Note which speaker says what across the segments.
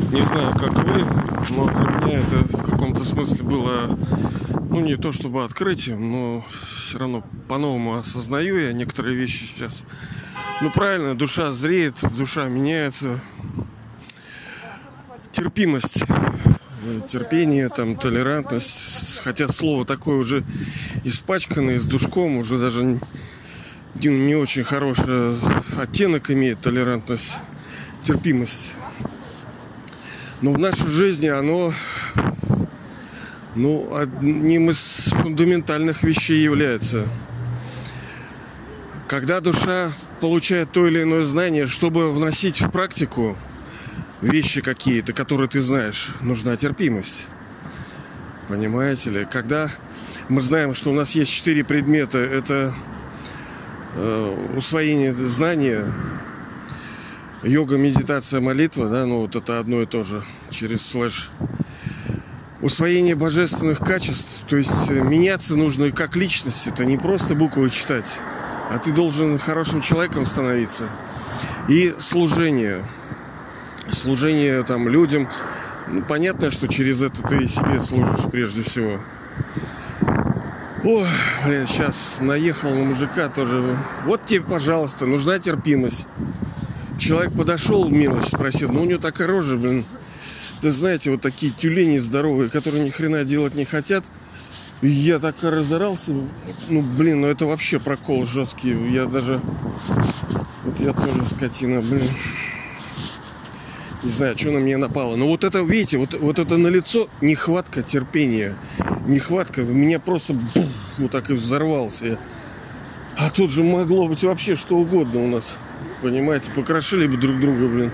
Speaker 1: Не знаю, как вы, но для меня это в каком-то смысле было, ну, не то чтобы открытием, но все равно по-новому осознаю я некоторые вещи сейчас. Ну, правильно, душа зреет, душа меняется. Терпимость, терпение, там, толерантность. Хотя слово такое уже испачканное, с душком, уже даже не очень хороший оттенок имеет толерантность, терпимость. Но в нашей жизни оно, одним из фундаментальных вещей является. Когда душа получает то или иное знание, чтобы вносить в практику вещи какие-то, которые ты знаешь, нужна терпимость. Понимаете ли? Когда мы знаем, что у нас есть 4 предмета, это усвоение знания, йога, медитация, молитва, да, ну вот это одно и то же, через слэш. Усвоение божественных качеств, то есть меняться нужно как личность, это не просто буквы читать, а ты должен хорошим человеком становиться. И служение там людям, ну, понятно, что через это ты себе служишь прежде всего. Ой, блин, сейчас наехал на мужика тоже. Вот тебе, пожалуйста, нужна терпимость. Человек подошел, мелочь спросил, но у него такая рожа, блин. Вы знаете, вот такие тюлени здоровые, которые ни хрена делать не хотят. И я так разорался. Ну, блин, ну это вообще прокол жесткий. Я даже... Вот я тоже скотина, блин. Не знаю, что на меня напало. Но вот это, видите, вот это налицо нехватка терпения. Нехватка. Меня просто вот так и взорвался. А тут же могло быть вообще что угодно у нас. Понимаете, покрошили бы друг друга, блин.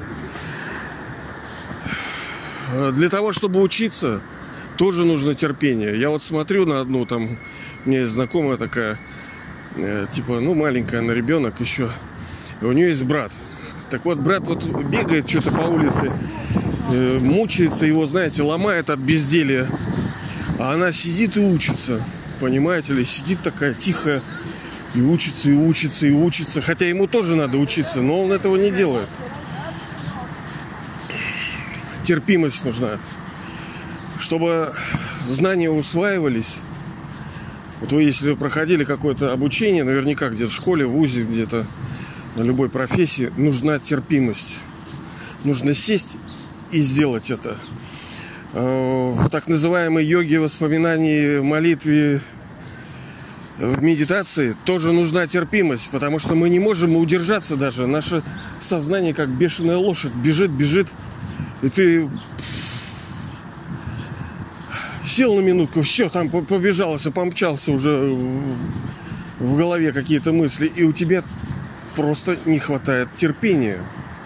Speaker 1: Для того, чтобы учиться, тоже нужно терпение. Я вот смотрю на одну, там, у меня есть знакомая такая, типа, ну, маленькая она, ребенок еще. И у нее есть брат. Так вот, брат вот бегает что-то по улице, мучается его, знаете, ломает от безделья. А она сидит и учится, понимаете ли, сидит такая тихая, и учится, и учится, и учится. Хотя ему тоже надо учиться, но он этого не делает. Терпимость нужна. Чтобы знания усваивались. Вот вы, если вы проходили какое-то обучение, наверняка где-то в школе, в вузе, где-то на любой профессии, нужна терпимость. Нужно сесть и сделать это. В так называемой йоге, воспоминании, молитве, в медитации тоже нужна терпимость, потому что мы не можем удержаться даже. Наше сознание, как бешеная лошадь, бежит, и ты сел на минутку, все, там побежался, помчался уже в голове какие-то мысли, и у тебя просто не хватает терпения.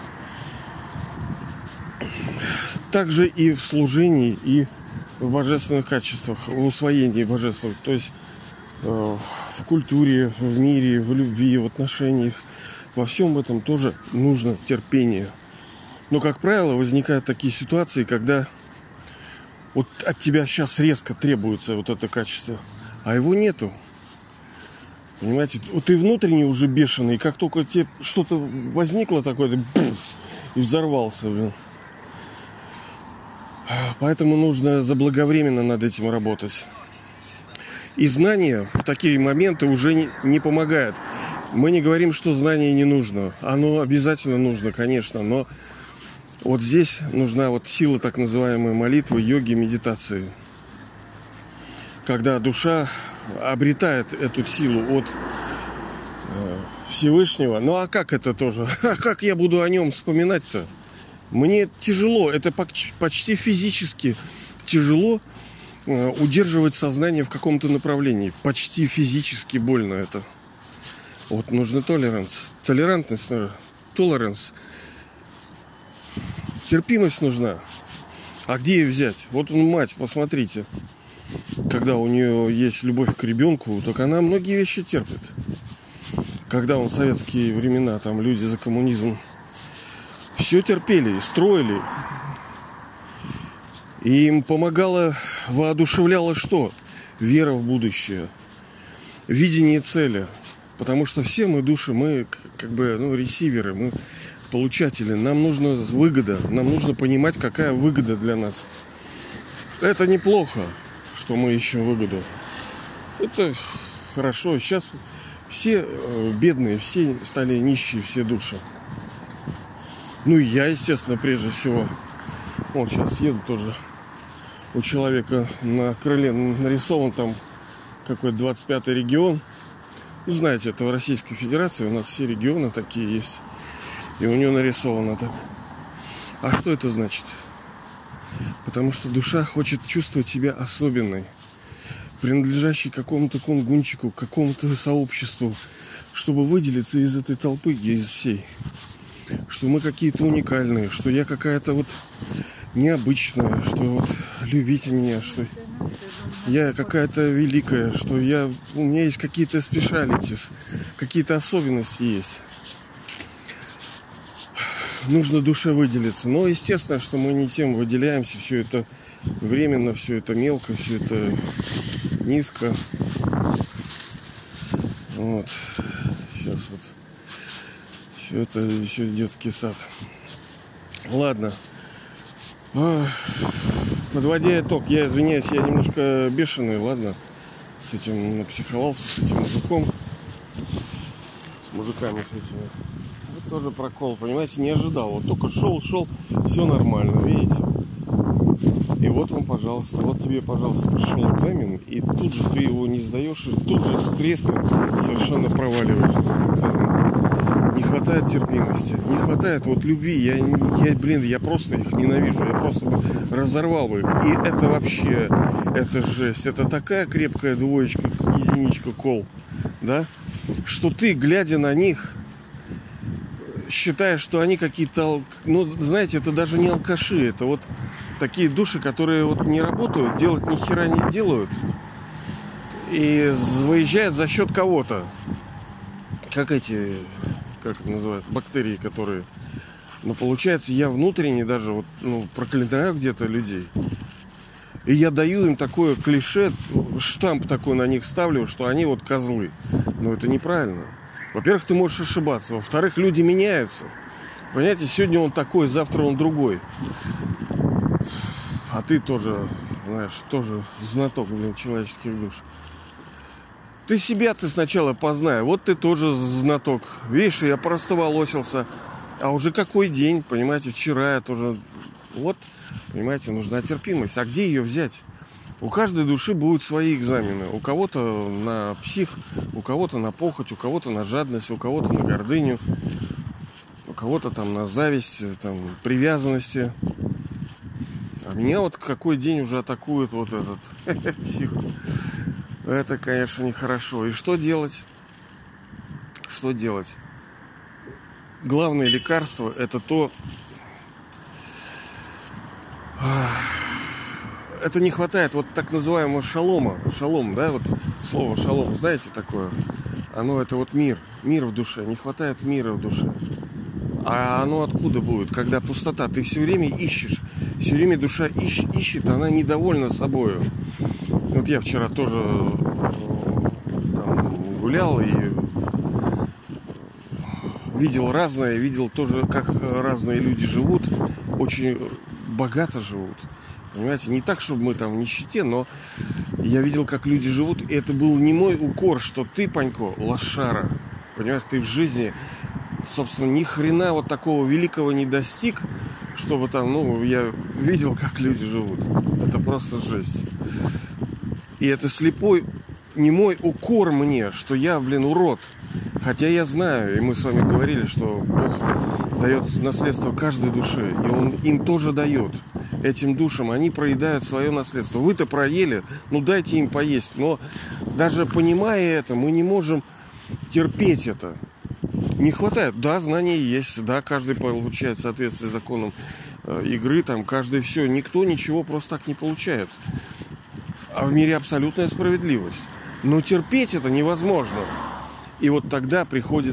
Speaker 1: Также и в служении, и в божественных качествах, в усвоении божественных, то есть в культуре, в мире, в любви, в отношениях. Во всем этом тоже нужно терпение. Но, как правило, возникают такие ситуации, когда вот от тебя сейчас резко требуется вот это качество, а его нету. Понимаете? Вот ты внутренне уже бешеный, и как только тебе что-то возникло такое, ты и взорвался, блин. Поэтому нужно заблаговременно над этим работать. И знание в такие моменты уже не помогает. Мы не говорим, что знание не нужно. Оно обязательно нужно, конечно. Но вот здесь нужна вот сила так называемой молитвы, йоги, медитации. Когда душа обретает эту силу от Всевышнего. Ну а как это тоже? А как я буду о нем вспоминать-то? Мне тяжело. Это почти физически тяжело удерживать сознание в каком-то направлении. Почти физически больно это. Вот нужно толерантность, толеранс. Терпимость нужна. А где ее взять? Вот мать, посмотрите. Когда у нее есть любовь к ребенку, так она многие вещи терпит. Когда в советские времена, там люди за коммунизм все терпели, строили. И им помогало, воодушевляло что? Вера в будущее. Видение цели. Потому что все мы души, мы как бы, ресиверы. Мы получатели, нам нужна выгода, нам нужно понимать, какая выгода для нас. Это неплохо, что мы ищем выгоду. Это хорошо. Сейчас все бедные, все стали нищие, все души. Ну и я, естественно, прежде всего. Вот сейчас еду тоже. У человека на крыле нарисован там какой-то 25-й регион. Ну, знаете, это в Российской Федерации у нас все регионы такие есть. И у него нарисовано так. А что это значит? Потому что душа хочет чувствовать себя особенной, принадлежащей какому-то кунгунчику, какому-то сообществу, чтобы выделиться из этой толпы, из всей. Что мы какие-то уникальные, что я какая-то вот необычная, что вот любите меня, что я какая-то великая, что у меня есть какие-то спешалитис, какие-то особенности есть. Нужно душе выделиться. Но естественно, что мы не тем выделяемся. Все это временно, все это мелко, все это низко. Вот. Сейчас вот. Все это еще детский сад. Ладно. Подводя итог, я извиняюсь, я немножко бешеный, ладно. С этим напсиховался, с этим мужиком. С мужиками с этими. Это тоже прокол, понимаете, не ожидал. Вот только шел, все нормально, видите? И вот вам, пожалуйста, вот тебе, пожалуйста, пришел экзамен, и тут же ты его не сдаешь, и тут же с треском совершенно проваливаешь этот экзамен. Не хватает терпимости, не хватает вот любви. Я просто их ненавижу, я просто бы разорвал бы. И это вообще, это жесть, это такая крепкая двоечка, единичка, кол, да, что ты, глядя на них, считаешь, что они какие-то, ну, знаете, это даже не алкаши, это вот такие души, которые вот не работают, делать ни хера не делают и выезжают за счет кого-то. Как эти, как это называется, бактерии, которые... Но получается, я внутренне даже вот, проклинаю где-то людей. И я даю им такое клише, штамп такой на них ставлю, что они вот козлы. Но это неправильно. Во-первых, ты можешь ошибаться. Во-вторых, люди меняются. Понимаете, сегодня он такой, завтра он другой. А ты тоже, знаешь, тоже знаток, человеческих душ. Ты сначала познай. Вот ты тоже знаток. Видишь, я просто волосился. А уже какой день, понимаете, вчера я тоже... Вот, понимаете, нужна терпимость. А где ее взять? У каждой души будут свои экзамены. У кого-то на псих, у кого-то на похоть, у кого-то на жадность, у кого-то на гордыню, у кого-то там на зависть, там, привязанности. А меня вот какой день уже атакует вот этот псих. Это, конечно, нехорошо. И что делать? Что делать? Главное лекарство — это то... Это не хватает вот так называемого шалома. Шалом, да, вот слово шалом, знаете такое? Оно это вот мир. Мир в душе. Не хватает мира в душе. А оно откуда будет? Когда пустота. Ты все время ищешь. Все время душа ищет, она недовольна собою. Вот я вчера тоже там гулял и видел разное. Видел тоже, как разные люди живут. Очень богато живут. Понимаете, не так, чтобы мы там в нищете, но я видел, как люди живут. И это был не мой укор, что ты, Панько, лошара. Понимаешь, ты в жизни, собственно, ни хрена вот такого великого не достиг, чтобы там, я видел, как люди живут. Это просто жесть. И это слепой, не мой укор мне, что я, урод. Хотя я знаю, и мы с вами говорили, что Бог дает наследство каждой душе, и Он им тоже дает. Этим душам, они проедают свое наследство. Вы-то проели, дайте им поесть. Но даже понимая это, мы не можем терпеть это. Не хватает. Да, знания есть, да, каждый получает в соответствии с законом игры, там, каждый все. Никто ничего просто так не получает. А в мире абсолютная справедливость. Но терпеть это невозможно. И вот тогда приходит,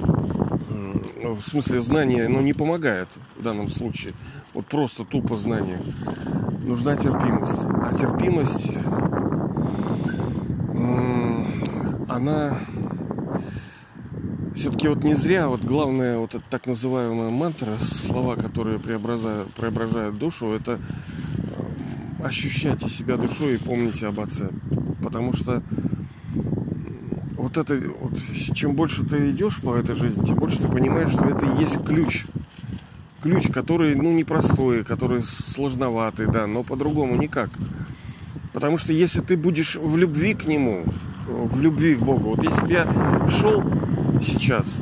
Speaker 1: в смысле, знание, не помогает в данном случае. Вот просто тупо знание. Нужна терпимость. А терпимость, она все-таки вот не зря, вот главное, вот эта так называемая мантра, слова, которые преображают душу, это ощущайте себя душой и помните об Отце. Потому что вот это, вот, чем больше ты идешь по этой жизни, тем больше ты понимаешь, что это и есть ключ. Ключ, который, ну, непростой, который сложноватый, да, но по-другому никак. Потому что если ты будешь в любви к Нему, в любви к Богу, вот если бы я шел сейчас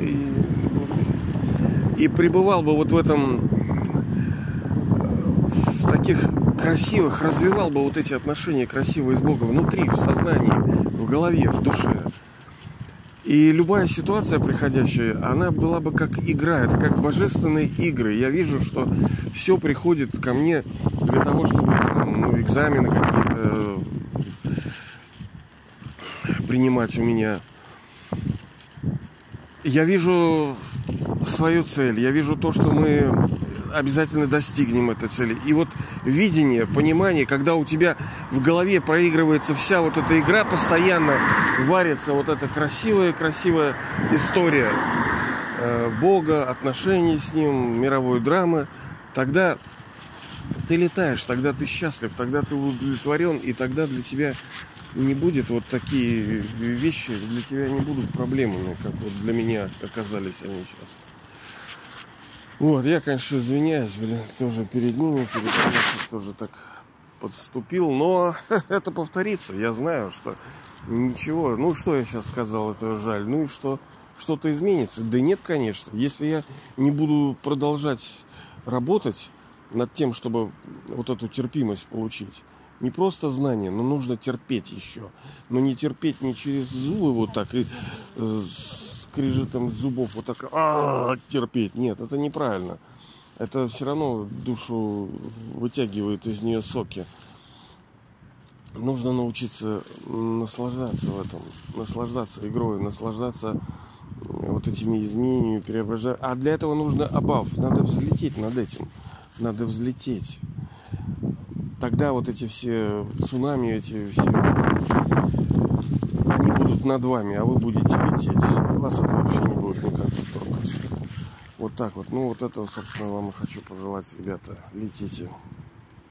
Speaker 1: и пребывал бы вот в этом, в таких красивых, развивал бы вот эти отношения красивые с Богом внутри, в сознании, в голове, в душе. И любая ситуация приходящая, она была бы как игра, это как божественные игры. Я вижу, что все приходит ко мне для того, чтобы там, экзамены какие-то принимать у меня. Я вижу свою цель, я вижу то, что мы обязательно достигнем этой цели. И вот видение, понимание, когда у тебя в голове проигрывается вся вот эта игра, постоянно варится вот эта красивая история Бога, отношений с Ним, мировой драмы, тогда ты летаешь, тогда ты счастлив, тогда ты удовлетворен, и тогда для тебя не будет вот такие вещи, для тебя не будут проблемами, как вот для меня оказались они сейчас. Вот, я, конечно, извиняюсь, тоже перед ними, тоже так подступил, но это повторится. Я знаю, что ничего, ну что я сейчас сказал, это жаль, ну и что, что-то изменится? Да нет, конечно. Если я не буду продолжать работать над тем, чтобы вот эту терпимость получить, не просто знание, но нужно терпеть еще. Но не терпеть не через зубы вот так и скрежетом зубов вот так терпеть. Нет, это неправильно. Это все равно душу вытягивает из нее соки. Нужно научиться наслаждаться в этом. Наслаждаться игрой, наслаждаться вот этими изменениями, преображениями. А для этого нужно абав. Надо взлететь над этим. Надо взлететь. Тогда вот эти все цунами, эти все, они будут над вами, а вы будете лететь. Вас это вообще не будет никак трогать. Вот так вот. Ну, вот это, собственно, вам и хочу пожелать, ребята. Летите.